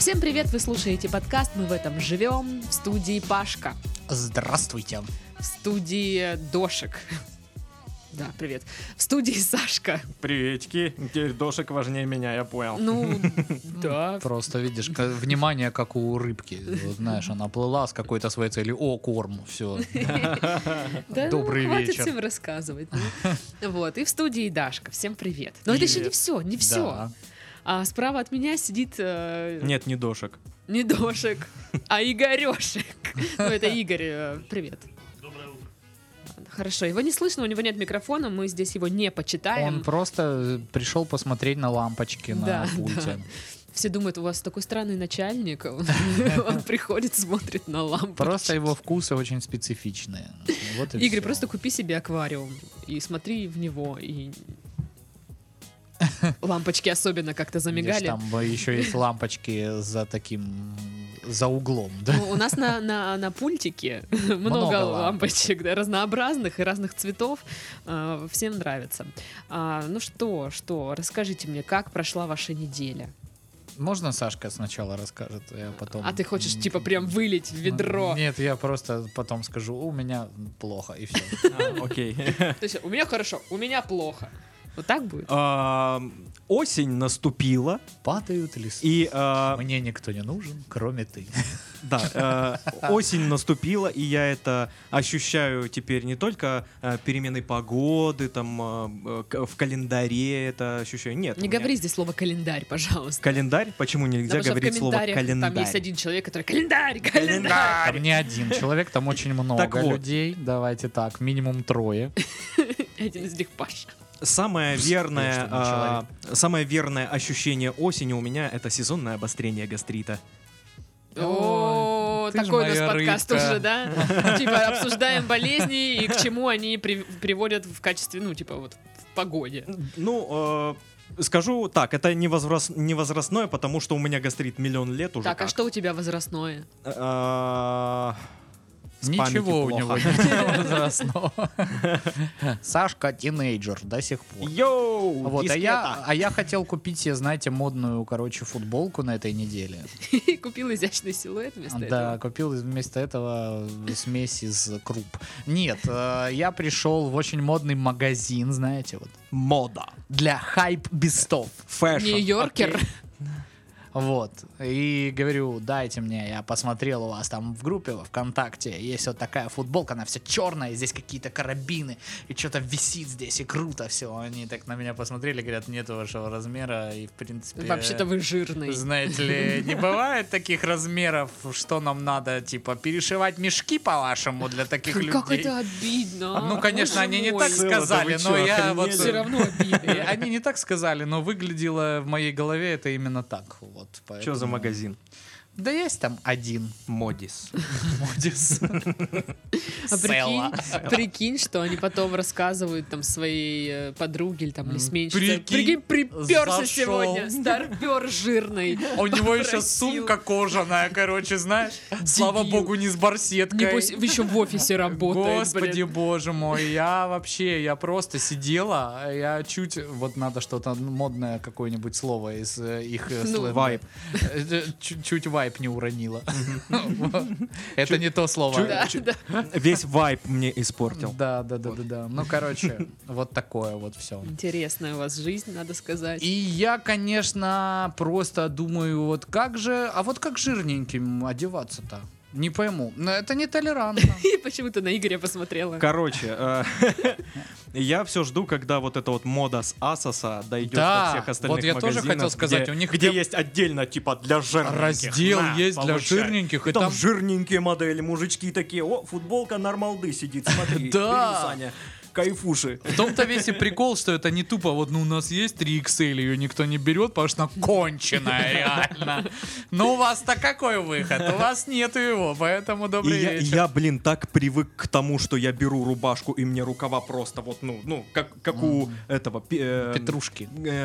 Всем привет, вы слушаете подкаст «Мы в этом живем» в студии Пашка. Здравствуйте. В студии Дошек. Да, привет. В студии Сашка. Приветики. Теперь Дошек важнее меня, я понял. Ну, да. Просто видишь, внимание, как у рыбки. Вот, знаешь, она плыла с какой-то своей целью. О, корм, все. Да, Добрый хватит вечер. всем рассказывать. Вот, и в студии Дашка. Всем привет. Но это еще не все, не все. Да. А справа от меня сидит Нет, не Дошек. не Дошек, а Игорешек. Ну, это Игорь. Привет. Хорошо, его не слышно, у него нет микрофона, мы здесь его не почитаем. Он просто пришел посмотреть на лампочки Да, на пульте. да. Все думают, у вас такой странный начальник, он приходит, смотрит на лампочки. Просто его вкусы очень специфичные. Вот и Игорь, всё. просто купи себе аквариум и смотри в него, и лампочки особенно как-то Видишь, замигали. там еще есть лампочки за углом, да? Ну, у нас на пультике много лампочек, да, разнообразных и разных цветов. Всем нравится. Ну что, расскажите мне, как прошла ваша неделя? Можно Сашка сначала расскажет, я потом... А ты хочешь, типа, прям вылить в ведро? Нет, я просто потом скажу, у меня плохо, и все. Окей. То есть у меня хорошо, у меня плохо. Вот так будет? Осень наступила, Падают листья. и Мне никто не нужен, кроме ты. да, осень наступила, и я это ощущаю теперь не только перемены погоды, там в календаре это ощущаю. Нет. Не у меня говори здесь слово календарь, пожалуйста. календарь. Почему нельзя Потому что в говорить слово комментариях календарь? Там есть один человек, который календарь. Там не один человек, там очень много Так вот. людей. Давайте так, минимум 3. Один из них Паша. Самое верное, что не человек. самое верное ощущение осени у меня — это сезонное обострение гастрита. О, ты ж такой у нас моя подкаст рыбка. уже, да? Типа обсуждаем болезни и к чему они приводят в качестве, ну, типа вот в погоде. Ну, скажу так, это не возрастное, потому что у меня гастрит миллион лет уже. Так, а что у тебя возрастное? С памятью Ничего у него плохо. нет возрастного. Сашка тинейджер до сих пор. Йоу! Вот, дискета. а я хотел купить себе, знаете, модную, футболку на этой неделе. Купил изящный силуэт вместо Да, этого. купил вместо этого смесь из круп. Нет, я пришел в очень модный магазин, знаете, вот, Мода. для хайп-бестов. Фэшн. Нью-Йоркер. Окей. Вот. И говорю, дайте мне, я посмотрел у вас там в группе во ВКонтакте, есть вот такая футболка, она вся черная, здесь какие-то карабины, и что-то висит здесь, и круто все. Они так на меня посмотрели, говорят, нет вашего размера, и в принципе... Вообще-то вы жирный. Знаете ли, не бывает таких размеров, что нам надо, типа, перешивать мешки, по-вашему, для таких людей? Как это обидно. Ну, конечно, Боже они не мой. так Цело, да сказали, вы но чё, я вот... Все равно обидно. Они не так сказали, но выглядело в моей голове это именно так. Вот, Что за поэтому- магазин? Да есть там один Модис. Модис. А прикинь, что они потом рассказывают там своей подруге или там или сменщице. Прикинь, Приперся зашел. сегодня, старпер жирный. У него еще Попросил. сумка кожаная, знаешь. Слава Дебил. богу, не с барсеткой. Небось, еще в офисе работает, Господи, блин. боже мой, я просто сидела, я чуть, вот надо что-то модное, какое-нибудь слово из их сленга. вайб. Чуть вайп не уронила. Это не то слово. Да, да. Весь вайб мне испортил. Да. Ну, короче, вот такое вот все. Интересная у вас жизнь, надо сказать. И я, конечно, просто думаю, вот как жирненьким одеваться-то? Не пойму. Но это нетолерантно. И почему-то на Игоря посмотрела. Короче, я все жду, когда вот эта вот мода с Асоса дойдет Да, до всех остальных вот я тоже магазинов, хотел сказать, где, у них где прям есть отдельно типа для жирненьких. Раздел На, есть для получай. жирненьких, И и там там- жирненькие модели, мужички такие, о, футболка нормалды сидит, смотри, Да. бери, Саня, кайфуши. В том-то весь и прикол, что это не тупо, вот, у нас есть 3XL, ее никто не берет, потому что она конченая, реально. Но у вас-то какой выход? У вас нету его, поэтому добрый И вечер. я, блин, так привык к тому, что я беру рубашку, и мне рукава просто вот, как у этого... Петрушки.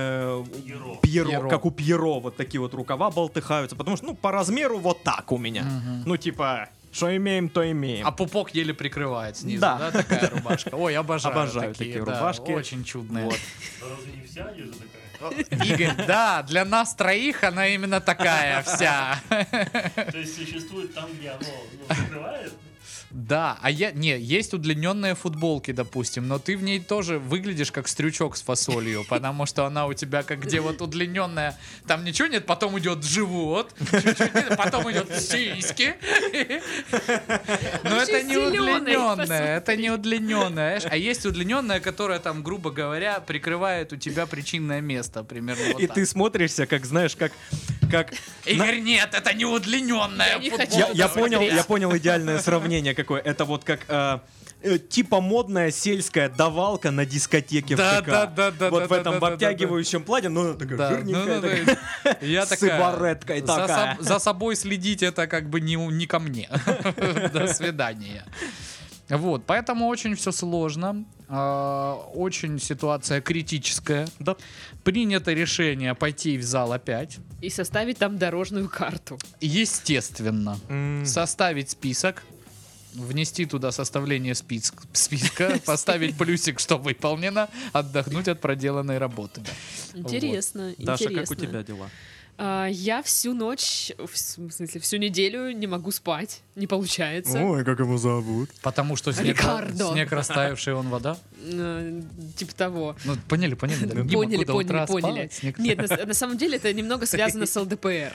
Пьеро, как у Пьеро, вот такие вот рукава болтыхаются, потому что, по размеру вот так у меня. Ну, типа, что имеем, то имеем. А пупок еле прикрывает снизу, Да. да, такая рубашка. Ой, обожаю Обожаю такие такие да, рубашки. очень чудные. Вот. Разве не вся одежда такая? Игорь, да, для нас троих она именно такая вся. То есть существует там, где оно закрывает? Да, есть удлиненные футболки, допустим, но ты в ней тоже выглядишь как стрючок с фасолью, потому что она у тебя как где вот удлиненная, там ничего нет, потом идет живот, чуть-чуть нет, потом идет сиськи. Но это не удлиненная, это не удлиненная, а есть удлиненная, которая там, грубо говоря, прикрывает у тебя причинное место, примерно вот И так. ты смотришься, как, знаешь, как... Игорь, нет, это не удлиненная Я не футболка. хочу Я понял идеальное сравнение какое. Это вот как типа модная сельская давалка на дискотеке в ТК. Вот в этом в обтягивающем платье, ну она такая Да, жирненькая, такая, я с такая, сигареткой такая. За собой следить это как бы не ко мне. До свидания. Вот, поэтому очень все сложно, очень ситуация критическая. Да. Принято решение пойти в зал опять. И составить там дорожную карту. Естественно, составить список, внести туда составление списка, поставить плюсик, что выполнено, отдохнуть от проделанной работы. Интересно, Даша, интересно. как у тебя дела? Я всю ночь, в смысле, всю неделю не могу спать. Не получается. Ой, как его зовут? Потому что Рикардо. снег растаявший, он вода. Типа того. Ну, поняли. Да, не Поняли. могу до утра Поняли. спать, снег- Нет, на самом деле это немного связано с ЛДПР.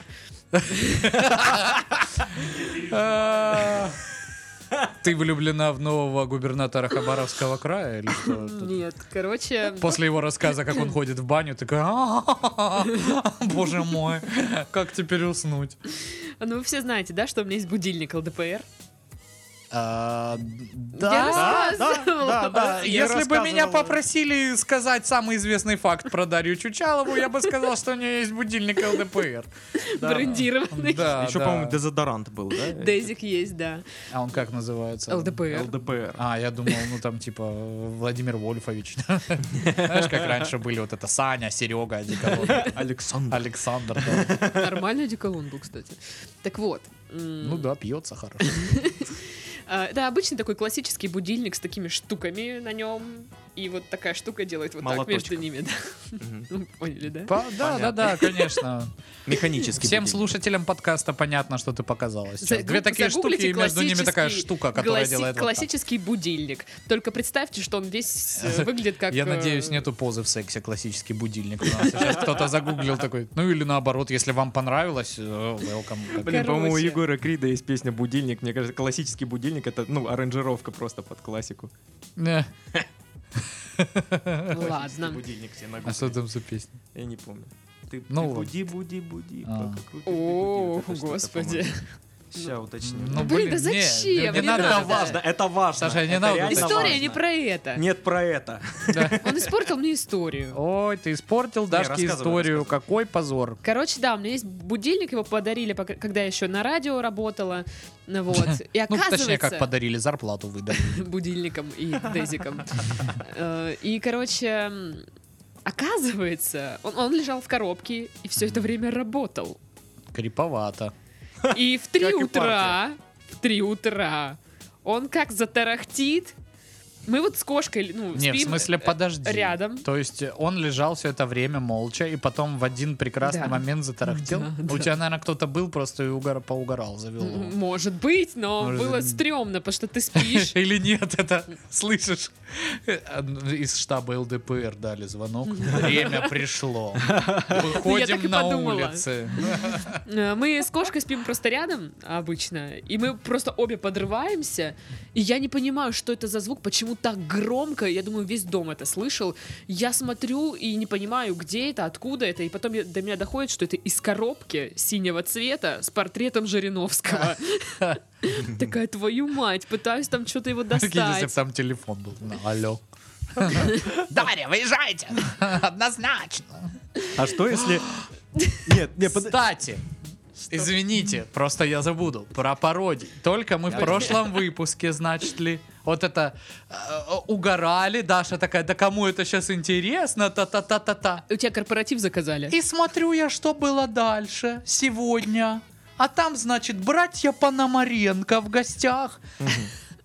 Ты влюблена в нового губернатора Хабаровского края или что? Нет, короче... После его рассказа, как он ходит в баню, такая, боже мой, как теперь уснуть? Ну, вы все знаете, да, что у меня есть будильник ЛДПР? Да, Я рассказывала. да. Если бы меня попросили сказать самый известный факт про Дарью Чучалову, я бы сказал, что у нее есть будильник ЛДПР. Брендированный. Да, Еще, да. по-моему, дезодорант был, да? Дезик есть, да. А он как называется? ЛДПР. ЛДПР. А, я думал, ну там типа Владимир Вольфович. Знаешь, как раньше были вот это Саня, Серега, одеколон. Александр. Александр, да. Нормальный одеколон был, кстати. Так вот. Ну да, пьется хорошо. Это обычный такой классический будильник с такими штуками на нем. И вот такая штука делает вот так Молоточком. между ними. Да. Ну, поняли, да? Да, конечно. Механический Всем будильник. слушателям подкаста понятно, что ты показала сейчас. Две Загуглите такие штуки, и между ними такая классический- штука, которая делает вот так. классический будильник. Только представьте, что он весь выглядит как... Я надеюсь, нету позы в сексе классический будильник. У нас сейчас кто-то загуглил такой. Ну или наоборот, если вам понравилось, welcome. Блин, по-моему, у Короче. Егора Крида есть песня «Будильник». Мне кажется, классический будильник — это, ну, аранжировка просто под классику. Не. Ладно. Будильник все А что там за песня? Я не помню. Ты Ну, буди, буди, буди. А. пока крутишь, О, ты буди. Вот это что-то, господи. по-моему. Ща уточним. Ну, Блин, да не, зачем? Не Не надо. надо. Это важно, это важно. Саша, не Это надо. реально История важно. не про это. Нет про это. Он испортил мне историю. Ой, ты испортил Дашке рассказывай, историю. рассказывай. Какой позор. Короче, да, у меня есть будильник, его подарили, когда я еще на радио работала. Ну вот. И Ну, оказывается... точнее, как подарили, зарплату выдали. будильником и дезиком. И, короче, оказывается, он лежал в коробке и все это время работал. Криповато. И в 3 Как и утра он как затарахтит. Мы вот с кошкой, ну, Не, в спим смысле, подожди. рядом. То есть он лежал все это время молча, и потом в один прекрасный Да. момент затарахтел? Да, У тебя, наверное, кто-то был просто и поугарал, завел его. Может быть, но Может было быть. стрёмно, потому что ты спишь. Или нет, это слышишь? Из штаба ЛДПР дали звонок. Время пришло. Я так Выходим и на подумала. улицы. Мы с кошкой спим просто рядом обычно, и мы просто обе подрываемся, и я не понимаю, что это за звук, почему так громко, я думаю, весь дом это слышал. Я смотрю и не понимаю, где это, откуда это, и потом до меня доходит, что это из коробки синего цвета с портретом Жириновского. Такая, твою мать, пытаюсь там что-то его Прикинь, если бы достать. там телефон был. Алло. Дарья, выезжайте! Однозначно. А что если... Нет, Кстати, извините, просто я забуду про пародии. Только мы в прошлом выпуске, значит ли, вот это угорали. Даша такая, да кому это сейчас интересно? Та-та-та-та-та. У тебя корпоратив заказали? И смотрю я, что было дальше сегодня. А там, значит, братья Пономаренко в гостях.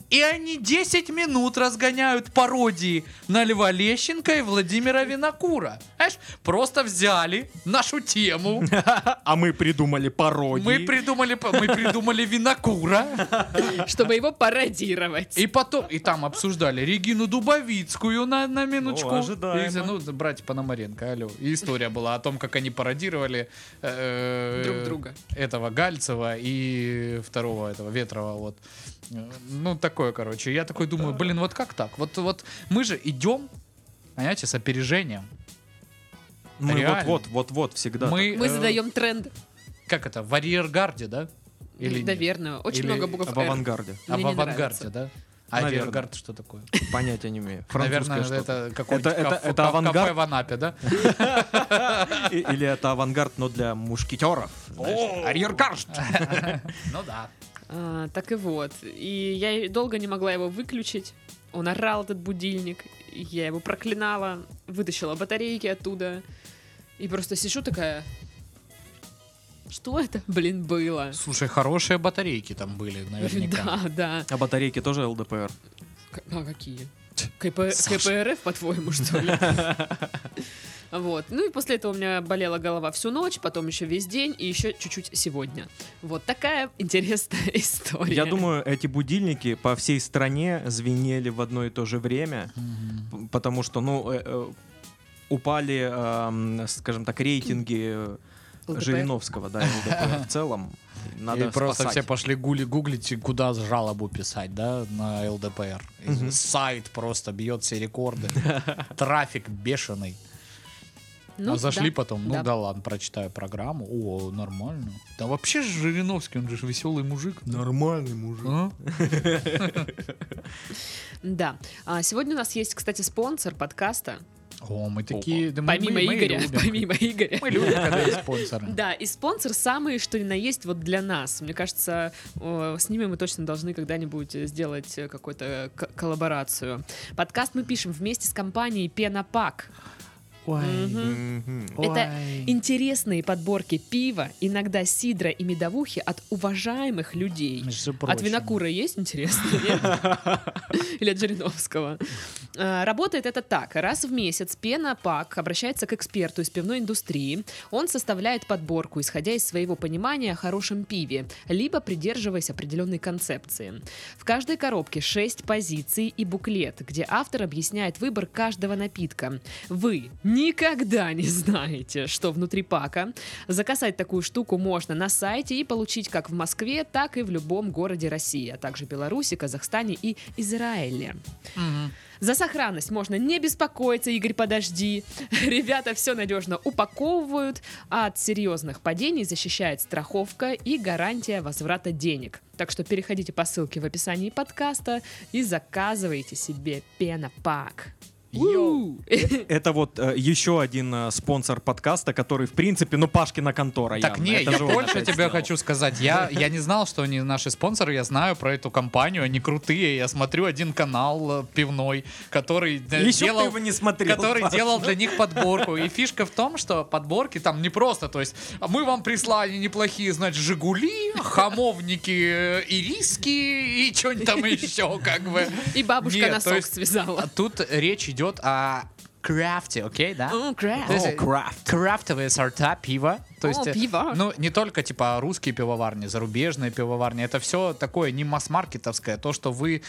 И они 10 минут разгоняют пародии на Льва Лещенко и Владимира Винокура. Знаешь, просто взяли нашу тему. А мы придумали пародии. Мы придумали Винокура. Чтобы его пародировать. И потом, и там обсуждали Регину Дубовицкую на минуточку. Ну, ожидаемо. Ну, братья Пономаренко, алло. И история была о том, как они пародировали Друг друга. этого Гальцева и второго этого Ветрова, вот. Ну, такое, короче. Я такой думаю, блин, вот как так? Вот мы же идем, понимаете, с опережением. Мы Реально. вот всегда. Мы задаем тренд. Как это, в арьергарде, да? Или нет? Наверное. Очень Или много букв в «Р». авангарде. А Мне в не авангарде, нравится. да? А Наверное. арьергард что такое? Понятия не имею. Наверное, Французское что-то. это какой-то Это кафе авангард? в Анапе, да? Или это авангард, но для мушкетеров. Арьергард. Ну да. Так и вот. И я долго не могла его выключить. Он орал, этот будильник. Я его проклинала, вытащила батарейки оттуда. И просто сижу такая... Что это, блин, было? Слушай, хорошие батарейки там были, наверняка. Да, да. А батарейки тоже ЛДПР. А какие? КПРФ, по-твоему, что ли? Вот. Ну и после этого у меня болела голова всю ночь, потом еще весь день и еще чуть-чуть сегодня. Вот такая интересная история. Я думаю, эти будильники по всей стране звенели в одно и то же время, потому что, упали, скажем так, рейтинги ЛДПР. Жириновского, да, ЛДПР в целом. Надо И просто спасать. все пошли гуглить, куда жалобу писать, да, на ЛДПР. И сайт просто бьет все рекорды. Трафик бешеный. Ну, а зашли да, потом, да. ладно, прочитаю программу. О, нормально. Да вообще же Жириновский, он же веселый мужик. Нормальный мужик. А? Да. Сегодня у нас есть, кстати, спонсор подкаста. О, мы такие... да мы- Помимо мы Игоря. любим. Помимо Игоря. Мы любим, когда есть спонсоры. Да, и спонсор самый, что ни на есть, вот для нас. Мне кажется, с ними мы точно должны когда-нибудь сделать какую-то коллаборацию. Подкаст мы пишем вместе с компанией Пенопак. Это интересные подборки пива, иногда сидра и медовухи от уважаемых людей. Между От прочим. Винокура есть, интересно? Нет? Или от Жириновского? Работает это так. Раз в месяц Пенопак обращается к эксперту из пивной индустрии. Он составляет подборку, исходя из своего понимания о хорошем пиве, либо придерживаясь определенной концепции. В каждой коробке 6 позиций и буклет, где автор объясняет выбор каждого напитка. Вы никогда не знаете, что внутри пака. Заказать такую штуку можно на сайте и получить как в Москве, так и в любом городе России, а также Беларуси, Казахстане и Израиле. За сохранность можно не беспокоиться, Игорь, подожди. Ребята все надежно упаковывают, а от серьезных падений защищает страховка и гарантия возврата денег. Так что переходите по ссылке в описании подкаста и заказывайте себе Пенопак. Йоу. Это вот еще один спонсор подкаста, который, в принципе, Пашкина контора. Так явно. не, Это я же он больше опять тебе сделал. хочу сказать. Я не знал, что они наши спонсоры. Я знаю про эту компанию. Они крутые. Я смотрю один канал пивной, который Еще делал... ты его не смотрел. который Паш. делал для них подборку. И фишка в том, что подборки там не просто, то есть мы вам прислали неплохие, значит, Жигули, хамовники, ириски и что-нибудь там еще, как бы. И бабушка Нет, то носок есть связала. Тут речь идет о крафте, окей, да? Крафт. То есть, крафт. крафтовые сорта пива. То есть, пиво. ну, не только, типа, русские пивоварни, зарубежные пивоварни. Это все такое не масс-маркетовское. То, что вы,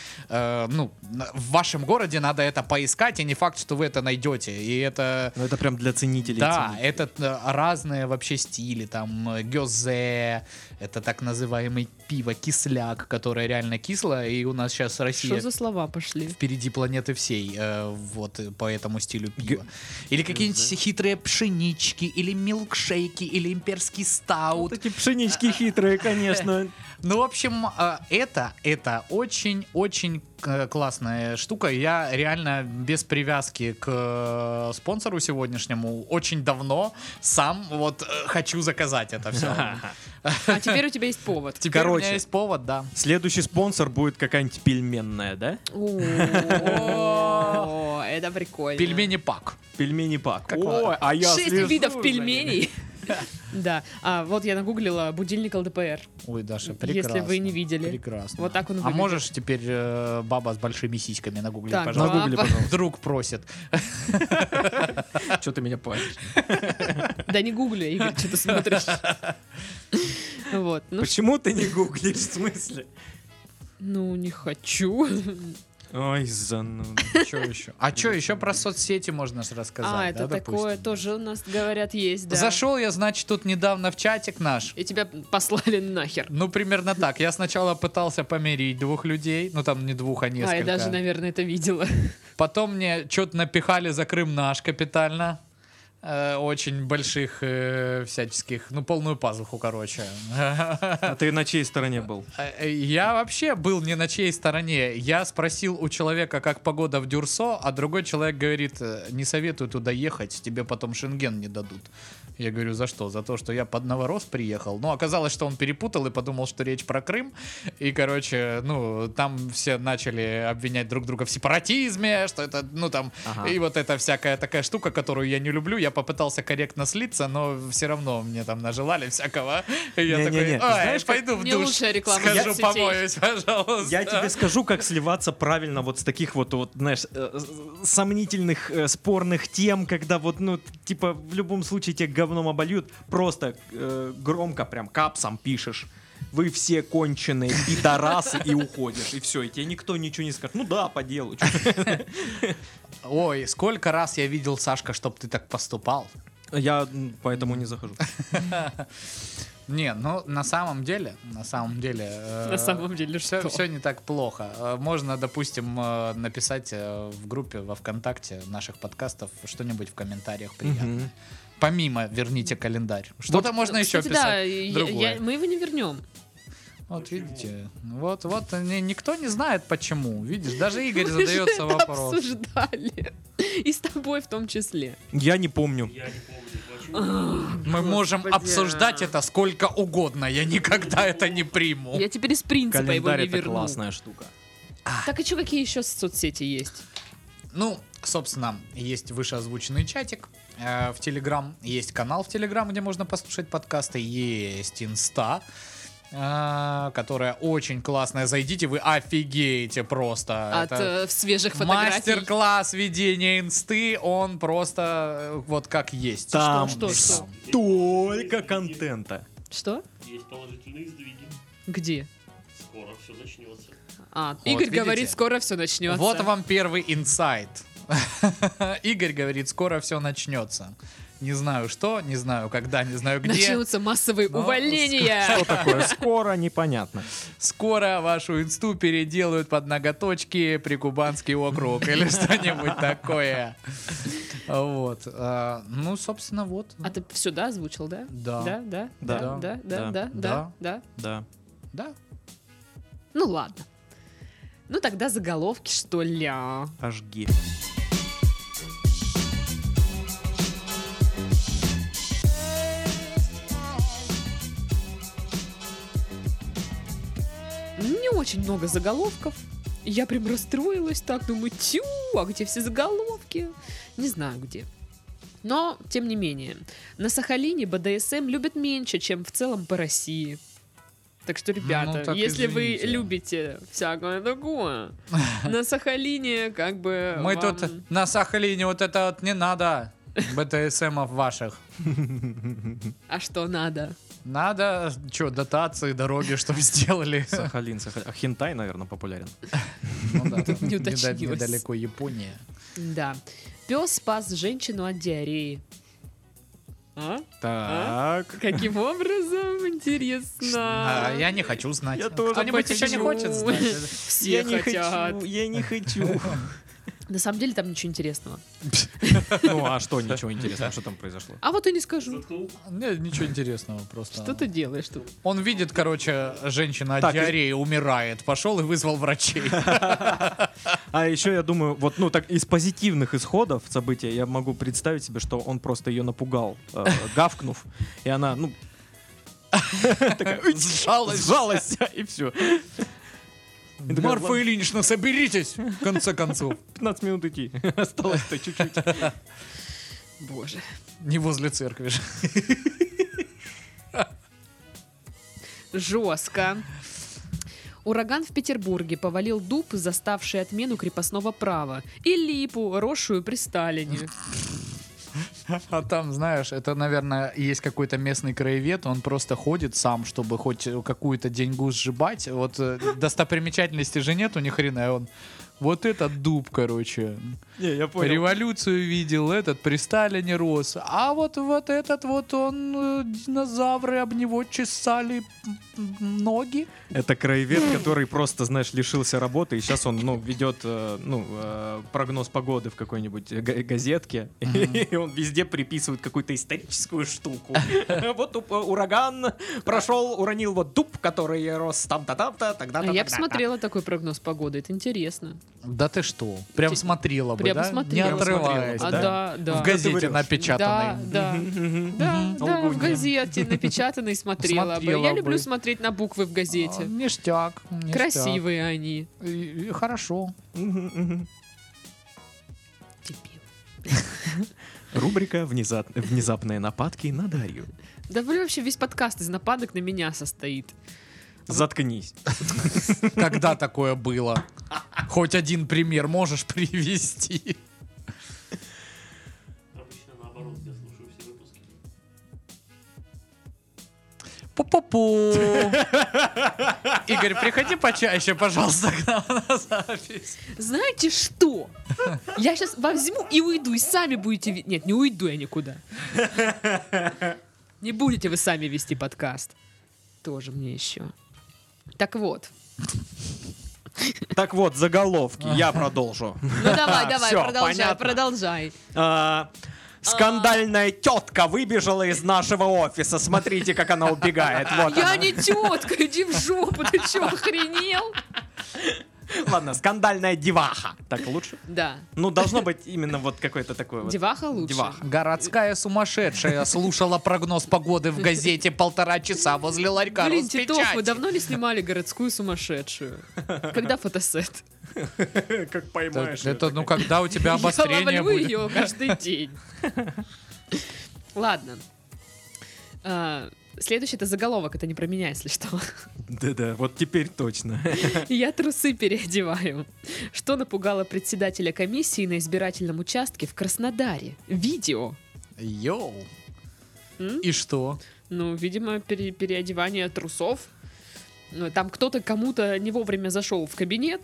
в вашем городе надо это поискать, и не факт, что вы это найдете. И это... Ну, это прям для ценителей. Да, ценителей. это разные вообще стили, там гёзе, это так называемый пиво-кисляк, которое реально кислое, и у нас сейчас Россия Что за слова пошли? впереди планеты всей, вот по этому стилю пива. Или какие-нибудь хитрые пшенички, или милкшейки, или имперский Вот стаут. эти пшенички хитрые, конечно. Ну, в общем, это очень-очень классная штука. Я реально без привязки к спонсору сегодняшнему очень давно сам вот хочу заказать это все. А теперь у тебя есть повод. Теперь у меня Короче. есть повод, да. Следующий спонсор будет какая-нибудь пельменная, да? О, это прикольно. Пельмени пак. Пельмени пак. Как Ой, а я 6 слежу видов за пельменей. Да. А вот я нагуглила будильник ЛДПР. Ой, Даша, прекрасно. Если вы не видели. Прекрасно. Вот так он А выглядит. можешь теперь баба с большими сиськами нагуглить, Так, пожалуйста? Нагугли, баба. пожалуйста. Друг просит. Что ты меня палишь? Да не гугли, Игорь, что ты смотришь. Вот. Почему ты не гуглишь, в смысле? Ну, не хочу. Ой, зануда. Что еще? А что еще про соцсети можно же рассказать? А, это да, такое допустим? тоже у нас, говорят, есть, да. Зашел я, значит, тут недавно в чатик наш. И тебя послали нахер. Ну, примерно так. Я сначала пытался помирить двух людей. Ну, там не двух, а несколько. А, я даже, наверное, это видела. Потом мне что-то напихали за Крым наш капитально. Очень больших всяческих, ну, полную пазуху, короче. А ты на чьей стороне был? Я вообще был не на чьей стороне. Я спросил у человека, как погода в Дюрсо, а другой человек говорит, не советую туда ехать, тебе потом шенген не дадут. Я говорю, за что? За то, что я под Новорос приехал. Ну, оказалось, что он перепутал и подумал, что речь про Крым. И, короче, ну, там все начали обвинять друг друга в сепаратизме, что это, ну, там, Ага. и вот эта всякая такая штука, которую я не люблю. Я попытался корректно слиться, но все равно мне там нажелали всякого. И я Не-не-не, такой, ты ой, знаешь, как- пойду в Не душ, лучшая реклама схожу соцсетей. помоюсь, пожалуйста. Я тебе скажу, как сливаться правильно вот с таких вот, знаешь, сомнительных, спорных тем, когда вот, ну, типа, в любом случае тебя говном обольют, просто громко прям капсом пишешь. Вы все конченые пидорасы и уходишь, и все, и тебе никто ничего не скажет. Ну да, по делу. Ой, сколько раз я видел, Сашка, чтоб ты так поступал. Я поэтому не захожу. Не, ну на самом деле, На самом деле, все, что? все не так плохо. Можно, допустим, написать в группе во ВКонтакте наших подкастов что-нибудь в комментариях приятное. Помимо верните календарь. Что-то можно еще Кстати, да, писать. Другое. мы его не вернем. Вот видите, вот никто не знает почему. Видишь, даже Игорь Мы же задается это вопрос. обсуждали. И с тобой в том числе. Я не помню. Я не помню, почему. Мы можем Господи. обсуждать это сколько угодно. Я никогда это не приму. Я теперь из принципа его Календарь не это верну. классная штука. Так и что, какие еще соцсети есть? Ну, собственно, есть вышеозвученный чатик в Телеграм, есть канал в Телеграм, где можно послушать подкасты, есть Инста, которая очень классная. Зайдите, вы офигеете просто. От Это свежих фотографий. мастер-класс ведения инсты, он просто вот как есть. Там что? столько контента. Что? Есть положительные сдвиги. Где? Скоро все начнется. Игорь видите? говорит, скоро все начнется. Вот вам первый инсайт. Игорь говорит, скоро все начнется. Не знаю что, не знаю когда, не знаю где. Начнутся массовые Но увольнения. Что такое скоро, непонятно. Скоро вашу инсту переделают под ноготочки Прикубанский округ или что-нибудь такое. Вот. Ну, собственно, вот. А ты все, да, озвучил, да? Да. Да, да, Да. да, да, да, да, да, да. Да. Да. Ну ладно. Ну тогда заголовки, что ли. Ожги. Не очень много заголовков. Я прям расстроилась так, думаю, тю, а где все заголовки? Не знаю где. Но, тем не менее, на Сахалине БДСМ любят меньше, чем в целом по России. Так что, ребята, Ну, так если вы извините. любите всякое такое, на Сахалине как бы Мы вам- тут на Сахалине вот это вот не надо. БТСМов ваших. А что надо? Надо, что, дотации, дороги, чтобы сделали. Сахалин. А хентай, наверное, популярен. Ну да, там Не уточнилось. недалеко Япония. Да. Пес спас женщину от диареи. А? Так. Каким образом? Интересно. Я не хочу знать. Я тоже Кто-нибудь еще не хочу. хочет знать? Все Я не хотят. хочу, я не хочу. На самом деле там ничего интересного. Ну, а что, ничего интересного, что там произошло? А вот и не скажу. Заткнул. Нет, ничего интересного просто. Что ты делаешь тут? Он видит, короче, женщина от Так, диареи умирает. Пошел и вызвал врачей. А еще я думаю, вот, ну, так из позитивных исходов события я могу представить себе, что он просто ее напугал, гавкнув, и она, ну, такая, сжалась, и все. Марфа Ильинична, соберитесь, в конце концов. 15 минут идти. Осталось-то чуть-чуть. Боже. Не возле церкви же. Жестко. Ураган в Петербурге повалил дуб, заставший отмену крепостного права, и липу, росшую при Сталине. А там, знаешь, это, наверное, есть какой-то местный краевед, он просто ходит сам, чтобы хоть какую-то деньгу сжибать. Вот достопримечательности же нету ни хрена, и он... Вот этот дуб, короче. Не, я понял. Революцию видел, этот при Сталине рос. А вот этот вот он, динозавры об него чесали ноги. Это краевед, который просто, знаешь, лишился работы, и сейчас он, ведет, прогноз погоды в какой-нибудь газетке, и он везде приписывает какую-то историческую штуку. Вот ураган прошел, уронил вот дуб, который рос там-то, там-то, тогда-то. Я бы смотрела такой прогноз погоды, это интересно. Да ты что? Прям смотрела бы, Прям да? смотрела. Не отрываясь, А, да? да. В газете напечатанной. Да, в газете напечатанной смотрела бы. Смотрела Я люблю бы. смотреть на буквы в газете. Ништяк. Красивые они. И хорошо. Дебил. Рубрика «Внезапные нападки на Дарью». Да блин, вообще весь подкаст из нападок на меня состоит. Заткнись. Когда такое было? Хоть один пример можешь привести? Обычно наоборот, я слушаю все выпуски. Пу-пу-пу. Игорь, приходи почаще, пожалуйста, к нам на запись. Знаете что? Я сейчас возьму и уйду, и сами будете... Нет, не уйду я никуда. Не будете вы сами вести подкаст. Тоже мне еще. Так вот. Так вот, заголовки. Я продолжу. Ну давай, Всё, продолжай, понятно. продолжай. Скандальная тетка выбежала из нашего офиса. Смотрите, как она убегает. Вот Я она. не тетка, иди в жопу, ты что, охренел? Ладно, скандальная деваха. Так лучше? Да. Ну, должно быть именно вот какой-то такой вот. Деваха лучше. Деваха. Городская сумасшедшая слушала прогноз погоды в газете 1,5 часа возле ларька Блин, Титов, вы Роспечати. давно не снимали городскую сумасшедшую? Когда фотосет? Как поймаешь. Это, ну, когда у тебя обострение Я ловлю будет. ее каждый день. Ладно. Следующий это заголовок, это не про меня, если что. Да-да, вот теперь точно. Я трусы переодеваю. Что напугало председателя комиссии на избирательном участке в Краснодаре? Видео. Йоу. М? И что? Ну, видимо, переодевание трусов. Ну, там кто-то кому-то не вовремя зашел в кабинет.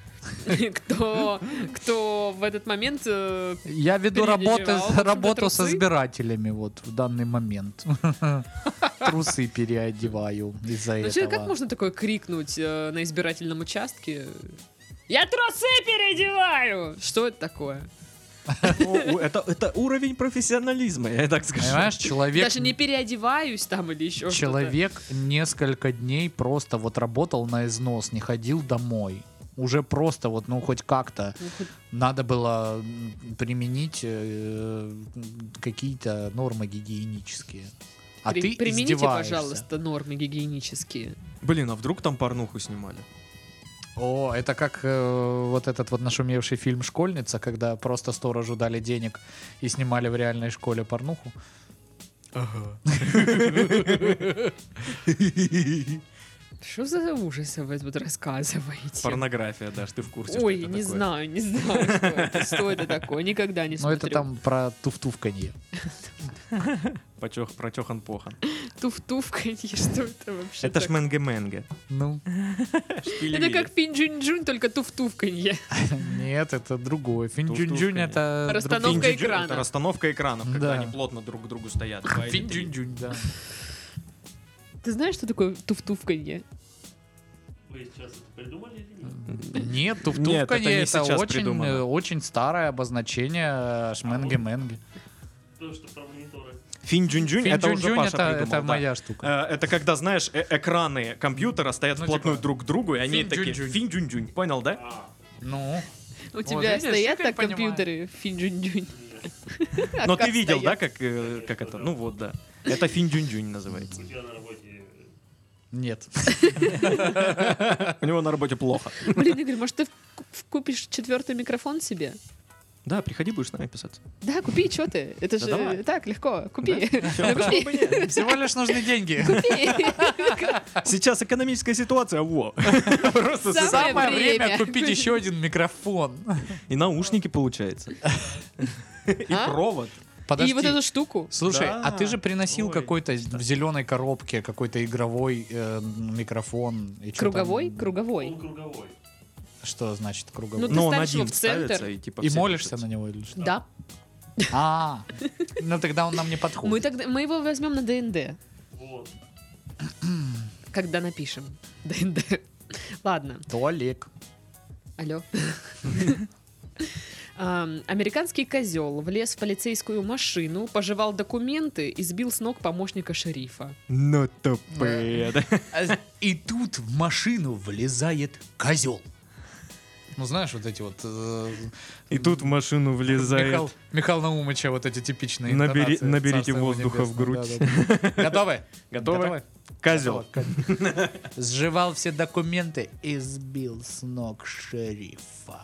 Кто в этот момент... Я веду Переодевал работу со трусы? избирателями вот в данный момент. Трусы переодеваю из-за Ну, как этого. можно такое крикнуть на избирательном участке? Я трусы переодеваю! Что это такое? Это уровень профессионализма, я так скажу. Понимаешь, человек... Даже не переодеваюсь там или еще что-то. Человек несколько дней просто вот работал на износ, не ходил домой. Уже просто вот, ну, хоть как-то Ну, хоть- надо было применить какие-то нормы гигиенические. А ты Примените, издеваешься. пожалуйста, нормы гигиенические. Блин, а вдруг там порнуху снимали? О, это как вот этот вот нашумевший фильм «Школьница», когда просто сторожу дали денег и снимали в реальной школе порнуху. Что за ужасы вы тут рассказываете? Порнография, Даш, ты в курсе, Ой, что это не такое? знаю, не знаю, что это. Что это такое? Никогда не Ну, смотрю. это там про туфтувканье. Протехан-похан. Туф-туфканье, что это вообще Это ж такое? менге-менге. Ну, Это как финь-джунь-джунь, только туф-туфканье. нет, это другое. Финджунджунь Туфтувканье. это... Расстановка Финджунджунь — экрана. это расстановка экранов, когда Да. они плотно друг к другу стоят. Два или три. Финджунджунь, да. Ты знаешь, что такое туф-туфканье? Вы сейчас это придумали или нет? Нет, Нет, это туфтувканье не это сейчас очень, придумано. очень старое обозначение шменги-менги. То, что про мониторы. Финь-джунь-джунь — это уже Финджунджунь Паша это придумал. да. моя штука. Это когда, знаешь, экраны компьютера стоят Ну, вплотную типа, друг к другу, и они такие финь-джунь-джунь. финь-джунь-джунь. Понял, да? А, Ну, У тебя видишь, стоят Игорь так понимает. компьютеры финь-джунь-джунь? А Но как ты видел, да, стоят? как это? Ну вот, да. Это финь-джунь-джунь называется. у тебя на работе нет. У него на работе плохо. Блин, Игорь, может ты купишь 4-й микрофон себе? Да, приходи, будешь с нами писаться. Да, купи, что ты? Это же давай. так легко. Купи. Ну, Почему бы купи. нет? Всего лишь нужны деньги. Сейчас экономическая ситуация, во. Просто Самое Самое время время. купить еще один микрофон. и наушники получается. И А? провод. Подожди. И вот эту штуку. Слушай, Да. а ты же приносил Ой, какой-то в зеленой коробке какой-то игровой микрофон. И чё Круговой? там? Круговой. Он круговой. Что значит Ну, круговой? ты Но он ставишь его один в центр. ставится и типа И все молишься пишутся. на него или что? Да. Ну тогда он нам не подходит. Мы его возьмем на ДНД, Вот. когда напишем. ДНД. Ладно. Толик. Алло. Американский козел влез в полицейскую машину, пожевал документы и сбил с ног помощника шерифа. Ну тупые, да? И тут в машину влезает козел. Ну знаешь, вот эти вот... И тут в машину влезает. Михаил Наумыча вот эти типичные Набери- интонации. наберите Царство его воздуха в небесное. грудь. Да-да-да. Готовы? Готовы? Козел. Сживал все документы и сбил с ног шерифа.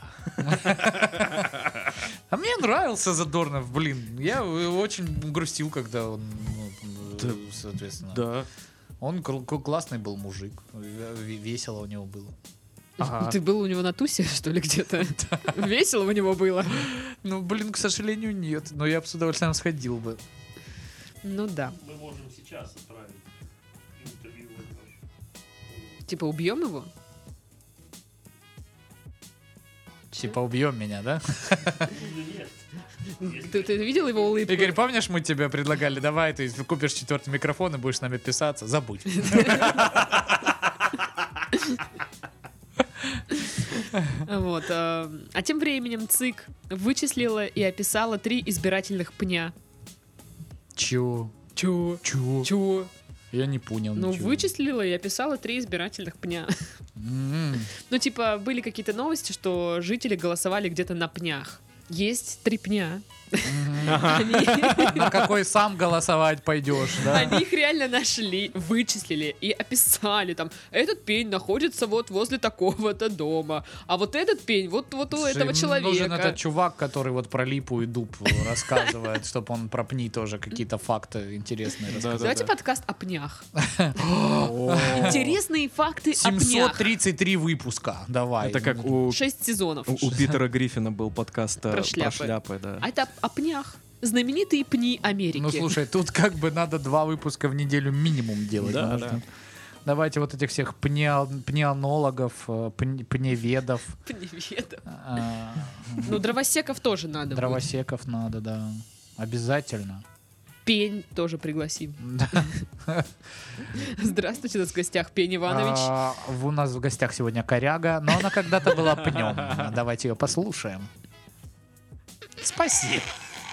А мне нравился Задорнов, блин. Я очень грустил, когда он, соответственно. Да. Он классный был мужик. Весело у него было. Ага. Ты был у него на тусе, что ли, где-то? Весело у него было. Ну, блин, к сожалению, нет. Но я бы с удовольствием сходил бы. Ну да. Мы можем сейчас отправить интервью в это. Типа убьем его? Типа убьем меня, да? Ну, нет. Ты видел его улыбку? Игорь, помнишь, мы тебе предлагали, давай ты купишь 4-й микрофон и будешь с нами писаться? Забудь. Вот. А тем временем ЦИК вычислила и описала 3 избирательных пня. Чё? Чего? Чё? Чего? Я не понял Ну, ничего. вычислила и описала 3 избирательных пня. М. Ну, типа, были какие-то новости, что жители голосовали где-то на пнях. Есть 3 пня. Они На какой сам голосовать пойдешь, да? они их реально нашли, вычислили и описали там. Этот пень находится вот возле такого-то дома, а вот этот пень вот у Слушай, этого им нужен этот человека. чувак, который вот про липу и дуб рассказывает, чтобы он про пни тоже какие-то факты интересные рассказал. Давайте подкаст о пнях. Интересные факты о пнях. 733 выпуска, давай. Это как у 6 сезонов. у Питера Гриффина был подкаст Про про шляпы. шляпы, да. А это о пнях. Знаменитые пни Америки. Ну слушай, тут как бы надо 2 выпуска в неделю минимум делать. Да, нужно. да. Давайте вот этих всех пнеонологов, пневедов, Пневедов. а, Ну, дровосеков тоже надо. будет. дровосеков надо, да. Обязательно. Пень тоже пригласим. Здравствуйте, у нас в гостях Пень Иванович. У нас в гостях сегодня коряга, но она когда-то была пнем. Давайте ее послушаем. Спасибо.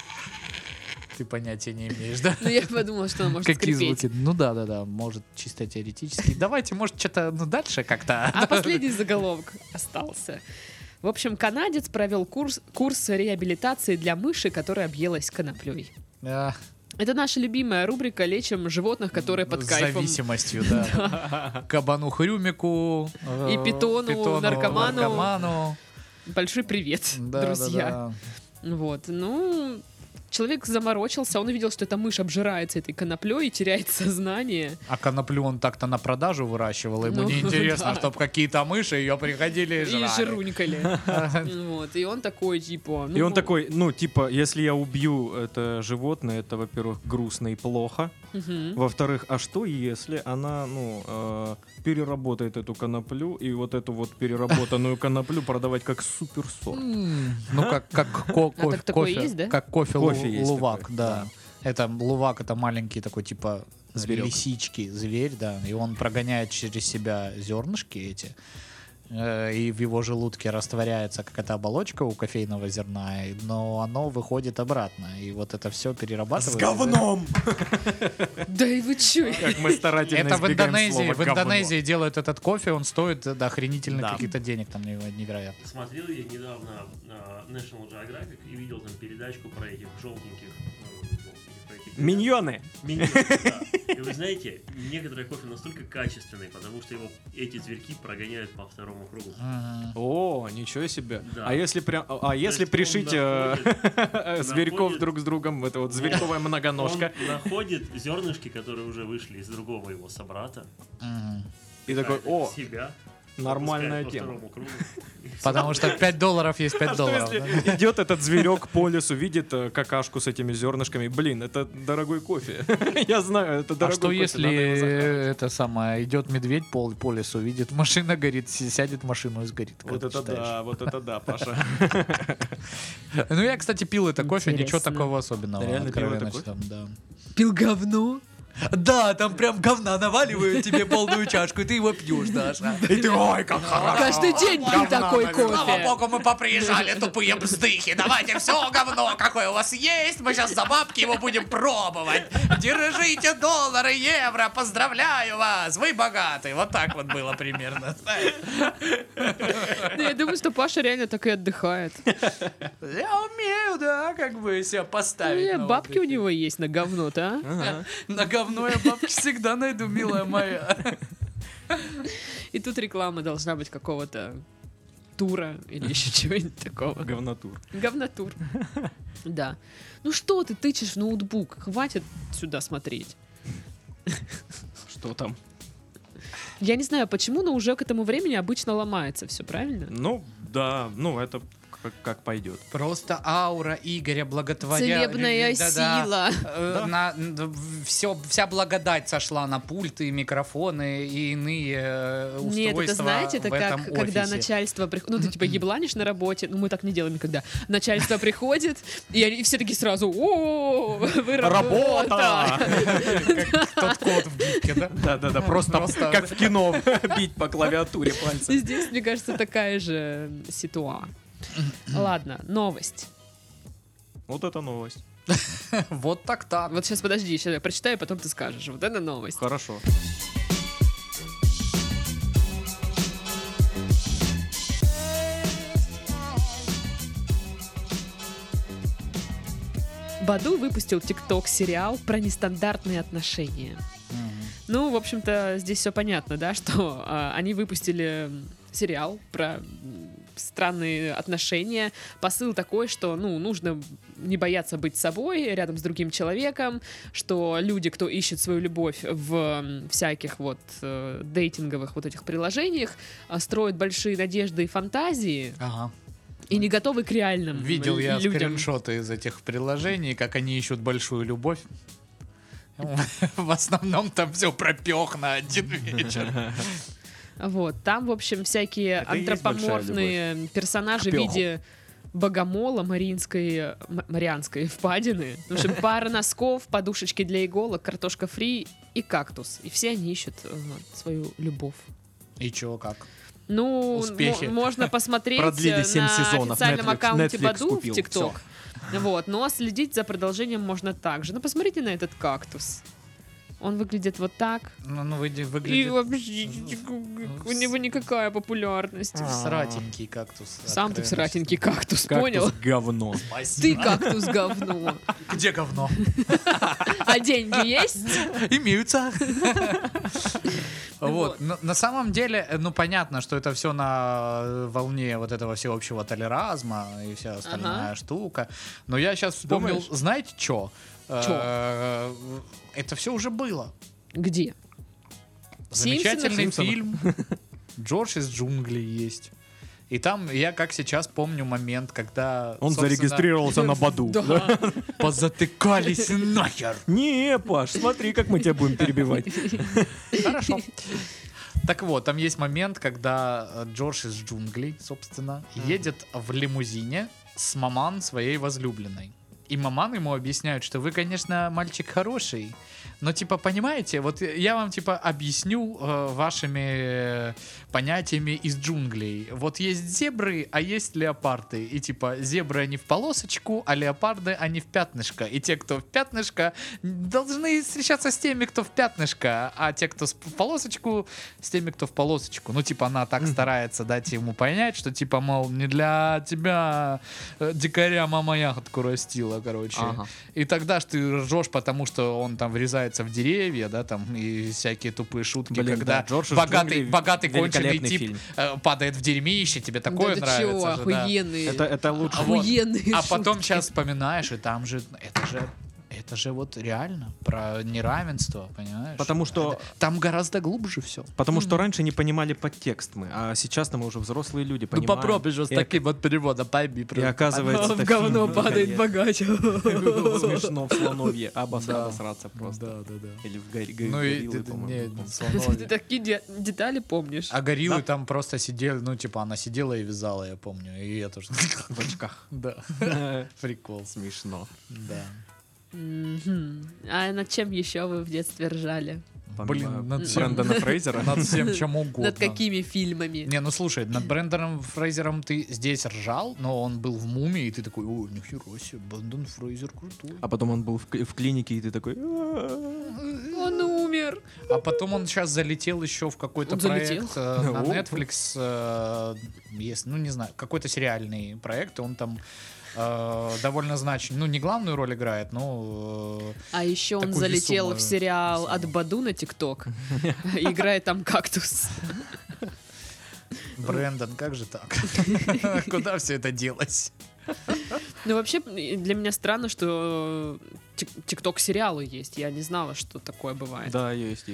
Ты понятия не имеешь, да? Ну, я подумала, что она может Какие скрипеть. звуки? Ну да, может, чисто теоретически. Давайте, может, что-то дальше как-то. А последний заголовок остался. В общем, канадец провел курс реабилитации для мыши, которая объелась коноплей. А, Это наша любимая рубрика «Лечим животных, которые под с кайфом». зависимостью, да. Кабану Хрюмику. И питону, наркоману. Большой привет, Да, друзья. да. Вот, ну, человек заморочился, он увидел, что эта мышь обжирается этой коноплей и теряет сознание. А коноплю он так-то на продажу выращивал, ему Ну, неинтересно, да. чтобы какие-то мыши ее приходили и И жрали. жирунькали. Вот, и он такой, типа... И он такой, ну, типа, если я убью это животное, это, во-первых, грустно и плохо. Мгм. Во-вторых, а что если она, ну, переработает эту коноплю и вот эту вот переработанную коноплю продавать как суперсорт? Ну, как так такое кофе, есть, да? как кофе, Кофе есть лувак, такой, да. Это лувак, это маленький такой типа Зверек. лисички, зверь, да, и он прогоняет через себя зернышки эти, и в его желудке растворяется какая-то оболочка у кофейного зерна, но оно выходит обратно, и вот это все перерабатывается. Да и вы чё? Как мы старательно Это в избегаем Индонезии, слова в «говно». Индонезии делают этот кофе, он стоит до охренительных Да. каких-то денег там невероятно. Смотрел я недавно National Geographic и видел там передачку про этих желтеньких, про этих Миньоны. Миньоны, да. И вы знаете, некоторые кофе настолько качественные, потому что его эти зверьки прогоняют по второму кругу. О, ничего себе. Да. А если есть он пришить зверьков находит- друг с другом, это вот зверьковая многоножка, Он находит зернышки, которые уже вышли из другого его собрата. и такой, о, себя. нормальная выпускает по тема. второму кругу. Потому что $5 есть $5. А что если идет этот зверек по лесу, видит какашку с этими зернышками? Блин, это дорогой кофе. Я знаю, это А дорогой что кофе. если надо его заказывать. это самое, идет медведь по лесу, видит, машина горит, сядет в машину и сгорит? как Вот ты это считаешь? да, вот это да, Паша. Ну, я, кстати, пил это кофе, ничего Интересно. такого особенного. Ты реально пил это откровенно кофе? там, да. Пил говно? Да, там прям говна наваливают тебе полную чашку, и ты его пьешь, Даша. И ты, ой, как хорошо. Каждый день пил такой Слава кофе. богу, мы поприезжали, тупые бздыхи. Давайте все говно, какое у вас есть. Мы сейчас за бабки его будем пробовать. Держите доллары, евро, поздравляю вас. Вы богаты. Вот так вот было примерно. Ну, я думаю, что Паша реально так и отдыхает. Я умею, да, как бы себя поставить. на Бабки у отдыхе. него есть на говно-то, а? Ага. На говно я бабки всегда найду, милая моя. И тут реклама должна быть какого-то тура или еще чего-нибудь такого. Говнотур. Говнотур. Да. Ну что ты тычешь в ноутбук? Хватит сюда смотреть. Что там? Я не знаю почему, но уже к этому времени обычно ломается все, правильно? Ну, да, ну это как пойдет. Просто аура Игоря благотворя... Целебная Да-да. сила. Вся благодать сошла на пульты, микрофоны и иные устройства. Нет, это знаете, это в этом как когда офисе. начальство приходит, ну ты типа ебланишь на работе, ну мы так не делаем никогда. Начальство приходит, и все такие сразу, о, вы работа! Как тот кот в гибке, да? Да-да-да, просто как в кино бить по клавиатуре пальцем. Здесь, мне кажется, такая же ситуация. Ладно, новость. Вот это новость. Вот так-так. Вот сейчас подожди, сейчас я прочитаю, потом ты скажешь. Вот это новость. Хорошо. Баду выпустил ТикТок-сериал про нестандартные отношения. Ну, в общем-то, здесь все понятно, да, что они выпустили сериал про странные отношения. Посыл такой, что, ну, нужно не бояться быть собой рядом с другим человеком, что люди, кто ищет свою любовь в всяких вот дейтинговых вот этих приложениях, строят большие надежды и фантазии Ага. и не готовы к реальным Видел я людям. скриншоты из этих приложений, как они ищут большую любовь. В основном там все пропех на один вечер. Вот, там, в общем, всякие Это и есть антропоморфные персонажи в К пёху. виде богомола, Марианской впадины. В общем, пара носков, подушечки для иголок, картошка фри и кактус. И все они ищут свою любовь. И чё, как? Ну, Успехи. можно посмотреть Продлили 7 на сезонов. официальном аккаунте Netflix Баду купил. в ТикТок. Вот, но следить за продолжением можно также. Ну, посмотрите на этот кактус. Он выглядит вот так. Ну, И выглядит вообще у него никакая популярность. сратенький кактус. Сам ты откровенно. сратенький кактус, Кактус понял? говно. Ты кактус говно. Где говно? А деньги есть? Имеются. Вот. Вот. На самом деле, ну, понятно, что это все на волне вот этого всеобщего толеразма и вся остальная штука. Но я сейчас вспомнил, Думаешь? знаете, что? Чё? Это все уже было. Где? Замечательный Симпсонах? фильм. Джордж из джунглей есть. И там я, как сейчас, помню момент, когда... Он собственно, зарегистрировался на Баду. Да. позатыкались нахер. Не, Паш, смотри, как мы тебя будем перебивать. Хорошо. Так вот, там есть момент, когда Джордж из джунглей, собственно, едет в лимузине с маман своей возлюбленной. И маман ему объясняют, что вы, конечно, мальчик хороший, но, типа, понимаете, вот я вам, типа, объясню вашими понятиями из джунглей. Вот есть зебры, а есть леопарды. И, типа, зебры, они в полосочку, а леопарды, они в пятнышко. И те, кто в пятнышко, должны встречаться с теми, кто в пятнышко, а те, кто в полосочку, с теми, кто в полосочку. Ну, типа, она так старается дать ему понять, что, типа, мол, не для тебя, дикаря, мама ягодку растила. было, короче. Ага. И тогда ж ты ржешь, потому что он там врезается в деревья, да, там, и всякие тупые шутки, Блин, когда да, Джордж из богатый джунглей конченый великолепный тип фильм. падает в дерьмище, тебе такое да ты нравится чего, же, да. охуенные. Это лучше. Вот. Охуенные А потом шутки. сейчас вспоминаешь, и там же, это же вот реально про неравенство, понимаешь? Потому что- там гораздо глубже все. Потому что раньше не понимали подтекст мы, а сейчас-то мы уже взрослые люди, Ну понимаем. попробуй же с И- таким вот переводом, пойми. И оказывается, В это говно фильм падает великолепный. богач. Смешно в слоновье. Да. Обосраться просто. Да. Или в Ну и гориллы, ты, по-моему. не, Ты слоновье. такие детали помнишь. А гориллы Да. там просто сидели, ну типа она сидела и вязала, я помню, и я тоже. В очках. Да, прикол. Смешно. Да. Мгм. А над чем еще вы в детстве ржали? Помимо над всем. Брэндона Фрейзера. Над всем чем угодно. Над какими фильмами? Не, ну слушай, над Брэндоном Фрейзером ты здесь ржал, но он был в «Мумии», и ты такой, о, нихера себе, Брэндон Фрейзер крутой. А потом он был в клинике, и ты такой... Он умер. А потом он сейчас залетел еще в какой-то Он залетел? проект на О. Netflix, есть, ну не знаю, какой-то сериальный проект, и он там довольно значимый, ну не главную роль играет, но А еще он Такую залетел весомую в сериал сцену. от Баду на ТикТок. Играет там кактус. Брэндон, как же так? Куда все это делось? Ну, вообще, для меня странно, что ТикТок сериалы есть. Я не знала, что такое бывает. Да, есть.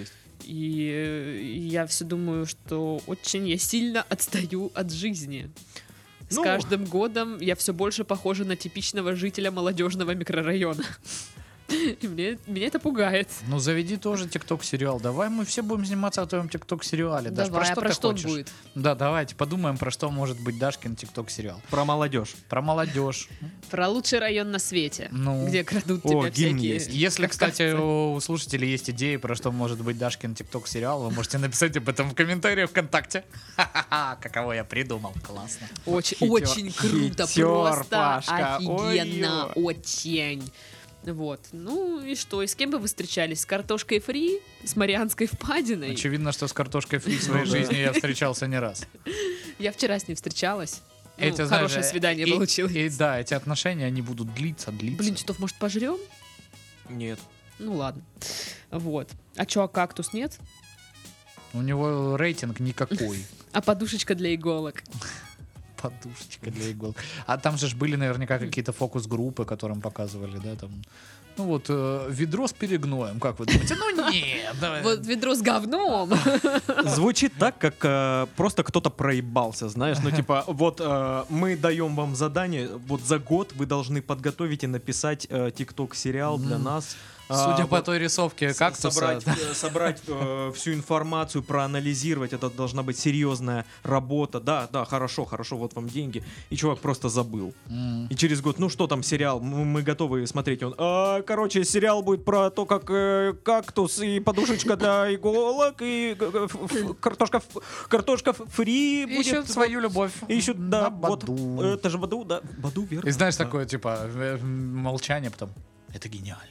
И я все думаю, что очень я сильно отстаю от жизни. С Ну. каждым годом я все больше похожа на типичного жителя молодежного микрорайона. И меня это пугает. Ну заведи тоже ТикТок-сериал. Давай мы все будем сниматься о твоем ТикТок-сериале. Даш, Давай, а про про что что он ты хочешь? будет? Да, давайте подумаем, про что может быть Дашкин ТикТок-сериал. Про молодежь. Про молодежь. Про лучший район на свете, Ну. где крадут О, тебя гимн всякие... есть. Если, кстати, красавцы. у слушателей есть идеи, про что может быть Дашкин ТикТок-сериал, вы можете написать об этом в комментариях ВКонтакте. Ха-ха-ха, каково я придумал, классно. Очень, Хитер, очень круто, хитер, просто Пашка, офигенно, ой-ё. очень. Вот. Ну и что? И с кем бы вы встречались? С картошкой фри? С Марианской впадиной? Очевидно, что с картошкой фри в своей Ну да. жизни я встречался не раз. Я вчера с ней встречалась. Ну, Эти, хорошее знаешь, свидание и- получилось. И да, эти отношения, они будут длиться. Блин, Титов, может, пожрем? Нет. Ну ладно. Вот. А чё, а кактус нет? У него рейтинг никакой. А подушечка для иголок? Подушечка для игл. А там же ж были наверняка какие-то фокус-группы, которым показывали, да, там. Ну вот, ведро с перегноем, как вы думаете? Ну нет, давай. Вот ведро с говном. Звучит так, как просто кто-то проебался, знаешь, ну типа, вот мы даем вам задание, вот за год вы должны подготовить и написать ТикТок-сериал для нас. Судя по вот той рисовке кактуса, собрать всю информацию, проанализировать, это должна быть серьезная работа. Да, хорошо, вот вам деньги. И чувак просто забыл. И через год, ну что там сериал, мы готовы смотреть. Он, короче, сериал будет про то, как кактус и подушечка для иголок, и картошка фри будет. ищут свою любовь. Ищут, да, на вот, Баду. это же Баду, да, Баду, верно. И знаешь, Да. такое, типа, молчание потом. Это гениально.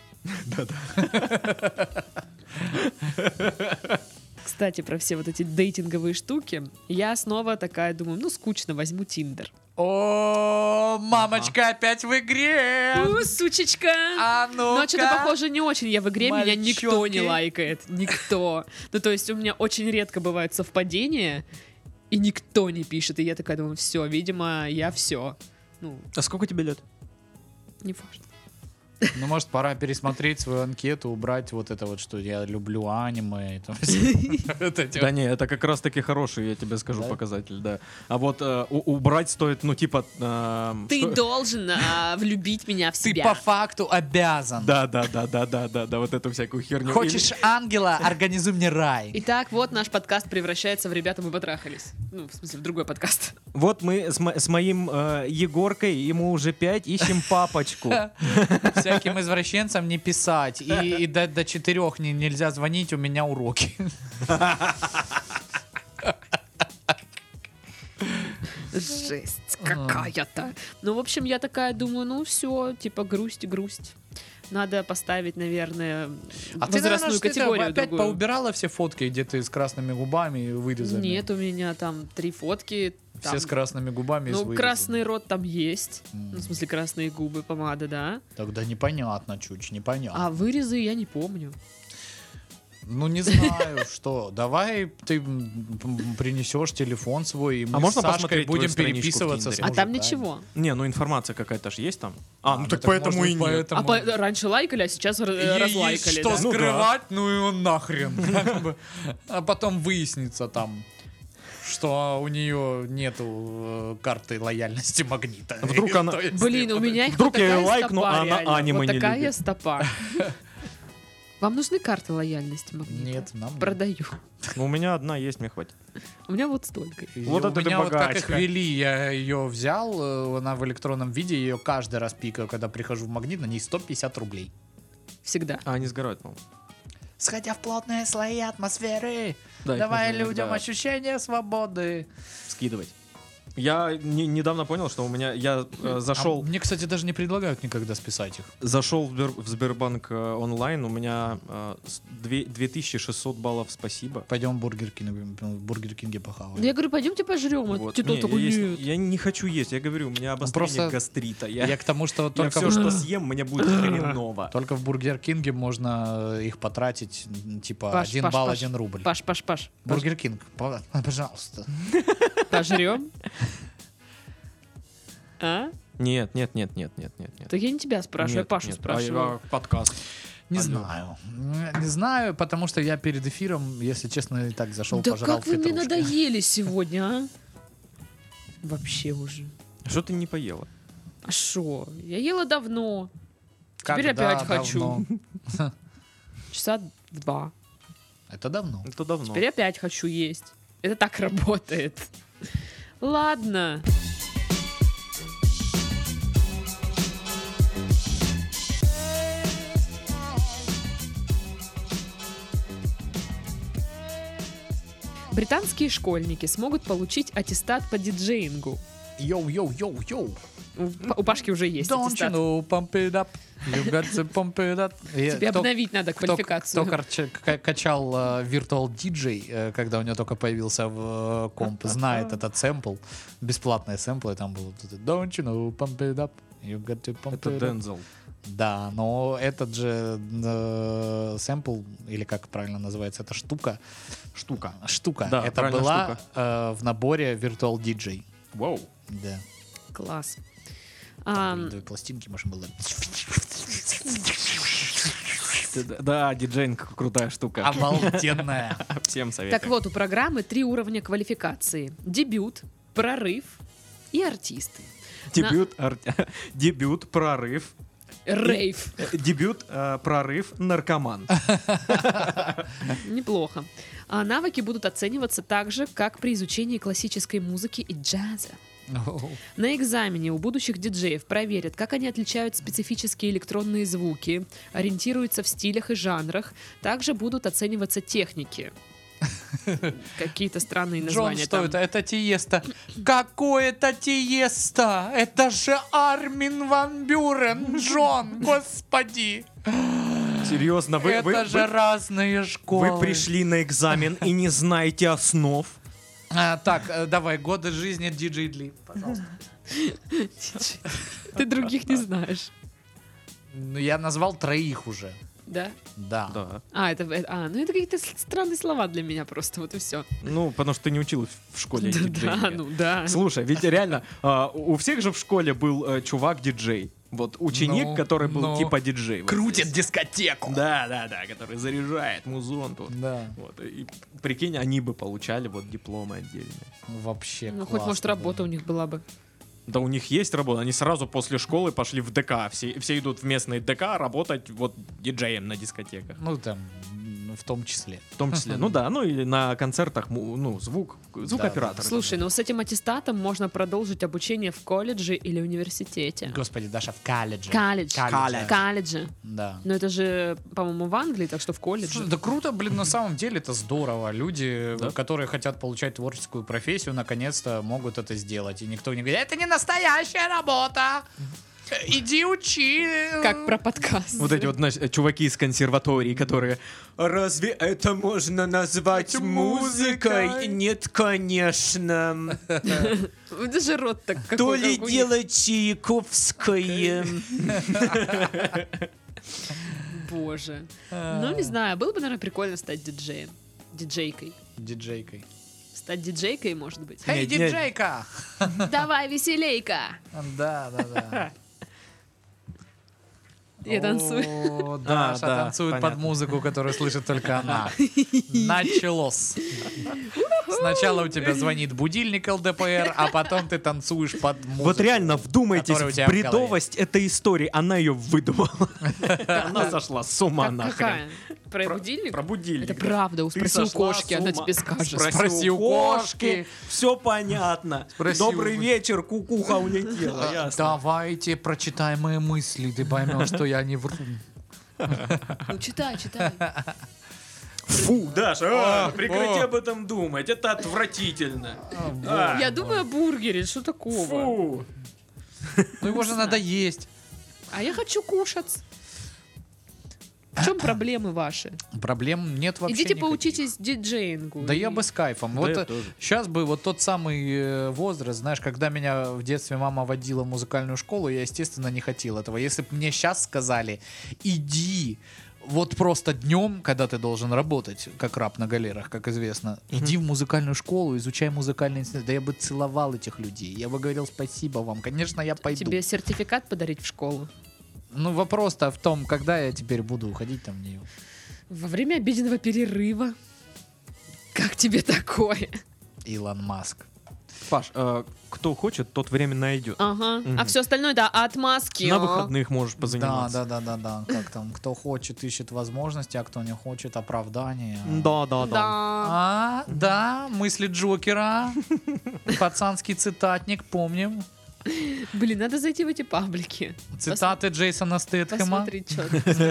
Кстати, про все вот эти дейтинговые штуки. Я снова такая думаю, ну скучно, возьму Тиндер. О, мамочка опять в игре. Сучечка! А ну-ка. Ну, а что-то, похоже, не очень я в игре, меня никто не Мальчонки. лайкает. Никто. Ну, то есть у меня очень редко бывают совпадения, и никто не пишет. И я такая думаю, все, видимо, я все. Ну, А сколько тебе лет? не важно. Ну, может, пора пересмотреть свою анкету, убрать вот это вот, что я люблю аниме. И там вот эти Да не, это как раз таки хороший, я тебе скажу, Да? показатель, да. А вот убрать стоит, ну типа... Ты должен влюбить меня в Ты себя. по факту обязан. Да, вот эту всякую херню. Хочешь ангела, организуй мне рай. Итак, вот наш подкаст превращается в «Ребята, мы потрахались». Ну, в смысле, в другой подкаст. Вот мы с моим Егоркой, ему уже 5, ищем папочку. Всяким извращенцам не писать. И до 4 нельзя звонить, у меня уроки. Жесть какая-то. Ну, в общем, я такая думаю, ну все, типа грусть. Надо поставить, наверное, А ты, возрастную наверное, категорию опять другую. поубирала все фотки, где ты с красными губами и вырезами? Нет, у меня там 3 фотки, Все Там. с красными губами. и с Ну, вырезами. красный рот там есть. М. Ну, в смысле, красные губы, помада, да. Тогда непонятно, чуть непонятно. А вырезы я не помню. Ну, не знаю, что. Давай ты принесешь телефон свой, и мы можно с Сашкой посмотреть твою будем страничку в переписываться с Тиндере? А там мужиками. ничего. Не, ну информация какая-то же есть там. А, ну так так поэтому может и быть, нет. поэтому- Раньше лайкали, а сейчас Ей разлайкали. есть что да? Ну да. скрывать, ну и он нахрен. как бы. А потом выяснится там, что у нее нету карты лояльности Магнита. Вдруг И она- то есть- Блин, у меня их Вдруг вот я её такая лайкну, стопа, а она реально. аниме вот не такая любит. стопа. Вам нужны карты лояльности, Магнита? Нет, нам нет. Продаю. Ну, у меня одна есть, мне хватит. У меня вот столько. И Вот у это ты меня вот как их богачка. вели, я ее взял, она в электронном виде, ее каждый раз пикаю, когда прихожу в Магнит, на ней 150 рублей. Всегда. А, они сгорают, по-моему. Сходя в плотные слои атмосферы, Да, их давая нужно людям иногда ощущение свободы. скидывать. Я недавно понял, что у меня... Я зашел... Мне, кстати, даже не предлагают никогда списать их. Зашел в Сбербанк онлайн, у меня 2600 баллов, спасибо. Пойдем в Бургер Кинг, в Бургер Кинге похаваем. Я говорю, пойдемте пожрем. А Вот. Титов Не, такой, я, нет. я не хочу есть, я говорю, у меня обострение просто- гастрита. Я к тому, что только, все, что съем, мне будет хреново. только в Бургер Кинге можно их потратить, типа, Паш, 1 Паш, балл, Паш. 1 рубль. Паш. Бургер Кинг, пожалуйста. Пожрем? А? Нет. Так я не тебя спрашиваю, я Нет, Пашу нет. спрашиваю. Подкаст. Не Алло. знаю. Не знаю, потому что я перед эфиром, если честно, и так зашел, Да пожрал как вы мне петрушки. надоели сегодня, а? Вообще уже. Что ты не поела? А шо? Я ела давно. Когда Теперь опять хочу. давно? Часа 2. Это давно. Это давно. Теперь опять хочу есть. Это так работает. Ладно. Британские школьники смогут получить аттестат по диджеингу. Йоу. У Пашки уже есть Don't you аттестат. know, pump it up. You got to pump it up. Тебе обновить надо квалификацию. Кто качал Virtual DJ, когда у него только появился в комп, знает этот сэмпл. Бесплатные сэмплы, там было вот это Don't you know, pump it up. You got to pump Это it up. Дензел. Да, но этот же сэмпл, или как правильно называется, эта штука. Штука. Да, Это правильно, была штука. в наборе Virtual DJ. Вау. Да. Класс. Там были 2 пластинки, можно было... Да, диджейнг крутая штука. Обалденная. Всем советую. Так вот, у программы 3 уровня квалификации. Дебют, прорыв и артисты. Дебют, прорыв. Рейв. Дебют, прорыв, наркоман. Неплохо. А навыки будут оцениваться так же, как при изучении классической музыки и джаза. На экзамене у будущих диджеев проверят, как они отличают специфические электронные звуки, ориентируются в стилях и жанрах. Также будут оцениваться техники. Какие-то странные Джон, названия что там. это? Это Тиеста. Какое это Тиеста? Это же Армин ван Бюрен, Джон, господи. Серьезно, Это же разные школы. вы пришли на экзамен и не знаете основ? Так, давай, годы жизни Диджей Дли, пожалуйста. Ты других не знаешь. Ну, я назвал 3 уже. Да? Да. Да. Ну это какие-то странные слова для меня просто, вот и все. Ну, потому что ты не училась в школе Да, диджея. ну да. Слушай, ведь реально, у всех же в школе был чувак-диджей. Вот ученик, Ну, который был ну. типа диджей. вот Крутит здесь. дискотеку. Да, который заряжает музон тут. Да. Вот, и прикинь, они бы получали вот дипломы отдельные. Вообще Ну хоть, классно может, работа было. у них была бы. Да у них есть работа, они сразу после школы пошли в ДК. Все идут в местный ДК работать вот диджеем на дискотеках. Ну, там, в том числе. В том числе, ну да, ну или на концертах, ну, звукооператор. Слушай, ну с этим аттестатом можно продолжить обучение в колледже или университете. Господи, Даша, в колледже. Колледж. Колледж. Колледже. Да. Но это же, по-моему, в Англии, так что в колледже. Слушай, да круто, блин, на самом деле это здорово. Люди, Да. которые хотят получать творческую профессию, наконец-то могут это сделать. И никто не говорит, это не настоящая работа. Иди учи. Как про подкаст. Вот эти вот, знаешь, чуваки из консерватории, которые... Разве это можно назвать музыкой? Нет, конечно. Это же рот так какой. То ли как у них. дело Чайковское. Боже. Ну, не знаю, было бы, наверное, прикольно стать диджеем. Диджейкой. Диджейкой. Стать диджейкой, может быть. Эй, Нет, нет. диджейка! Давай, веселейка! Да. Я танцую. О, Даша да, танцует под понятно. музыку, которую слышит только она. Началось. Сначала у тебя звонит будильник ЛДПР, а потом ты танцуешь под музыку. Вот реально вдумайтесь которая у в тебя в голове. бредовость этой истории. Она ее выдумала. Она сошла с ума Какая? нахрен. Про будильник? Про будильник. Это правда, Ты спроси у сошла кошки, с она ума. тебе скажет. Спроси у кошки. Все понятно. Спроси Добрый у- вечер, кукуха улетела. Ясно. Давайте прочитай мои мысли, ты поймешь, что я не вру. Ну, читай. Фу, Даша, прекрати о. об этом думать. Это отвратительно. А, Я думаю о бургере, что такого? Фу. Ну его же надо есть. А я хочу кушать. В чем проблемы ваши? Проблем нет вообще Идите никаких. поучитесь диджеингу. Да я бы с кайфом. Да Вот я тоже. сейчас бы вот тот самый возраст, знаешь, когда меня в детстве мама водила в музыкальную школу, я, естественно, не хотел этого. Если бы мне сейчас сказали, иди вот просто днем, когда ты должен работать, как раб на галерах, как известно, иди в музыкальную школу, изучай музыкальный инструмент, да я бы целовал этих людей. Я бы говорил спасибо вам. Конечно, я пойду. Тебе сертификат подарить в школу? Ну, вопрос-то в том, когда я теперь буду уходить там в нее. Во время обеденного перерыва. Как тебе такое? Илон Маск. Паш, кто хочет, тот время найдет. Ага. А Мгм. все остальное, да, отмазки. На выходных можешь позаниматься. Да. Как там, кто хочет, ищет возможности, а кто не хочет, оправдания. Да. Да. Да, мысли Джокера. Пацанский цитатник, помним. Блин, надо зайти в эти паблики. Цитаты Джейсона Стэтхэма. Посмотреть, что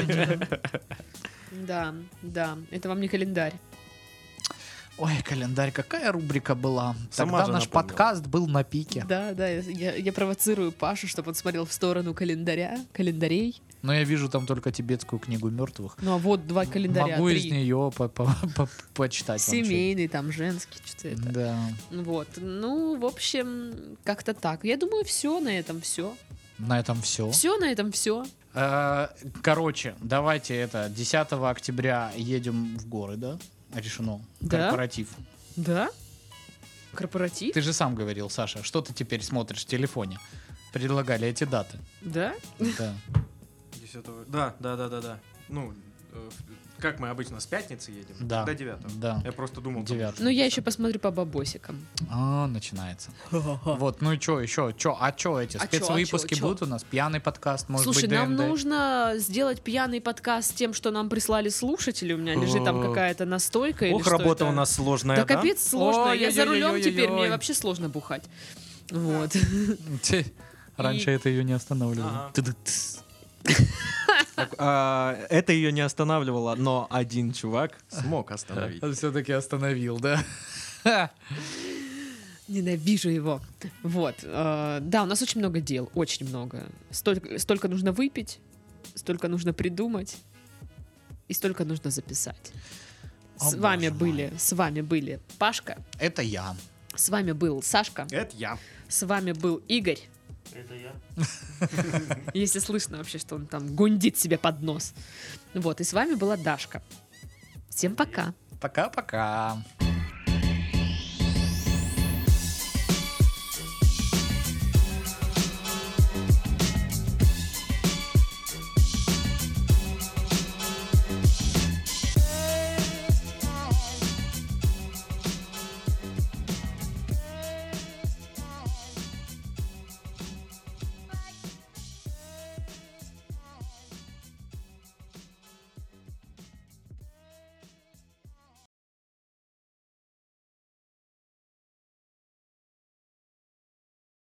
там. Да, это вам не календарь. Ой, календарь, какая рубрика была. Сама Тогда же наш напомнила. подкаст был на пике. Да, я провоцирую Пашу, чтобы он смотрел в сторону календарей. Но я вижу там только тибетскую книгу мертвых. Ну а вот два календаря, Могу из 3. нее почитать вам чуть. Семейный, там женский, что-то это. Да. Вот, ну, в общем, как-то так. Я думаю, все на этом все. На этом все. Все на этом все. Короче, давайте 10 октября едем в горы, да? Решено. Да? Корпоратив. Да? Корпоратив? Ты же сам говорил, Саша, что ты теперь смотришь в телефоне? Предлагали эти даты. Да? Да. 10-го. Да. Ну, как мы обычно с пятницы едем? Да. До 9-го. Да. Я просто думал... 9. Ну, я еще посмотрю по бабосикам. Начинается. Вот, ну и что еще? Эти А чё, спецвыпуски чё? будут у нас? Пьяный подкаст, может Слушай, быть, нам ДНД? нужно сделать пьяный подкаст с тем, что нам прислали слушатели. У меня лежит там какая-то настойка или Ох, что работа это? у нас сложная, Да да? капец сложно. Я за рулем теперь, Ой-ой-ой-ой-ой. мне вообще сложно бухать. Вот. Раньше это ее не останавливало. Ага. Ты-ды-тс. Это ее не останавливало, но один чувак смог остановить. Все-таки остановил, да? Ненавижу его. Вот. Да, у нас очень много дел. Очень много. Столько нужно выпить, столько нужно придумать и столько нужно записать. О, С вами боже были Пашка, Это я. с вами был Сашка, Это я. с вами был Игорь. Это я. Если слышно вообще, что он там гундит себе под нос. Вот, и с вами была Дашка. Всем пока. Пока-пока.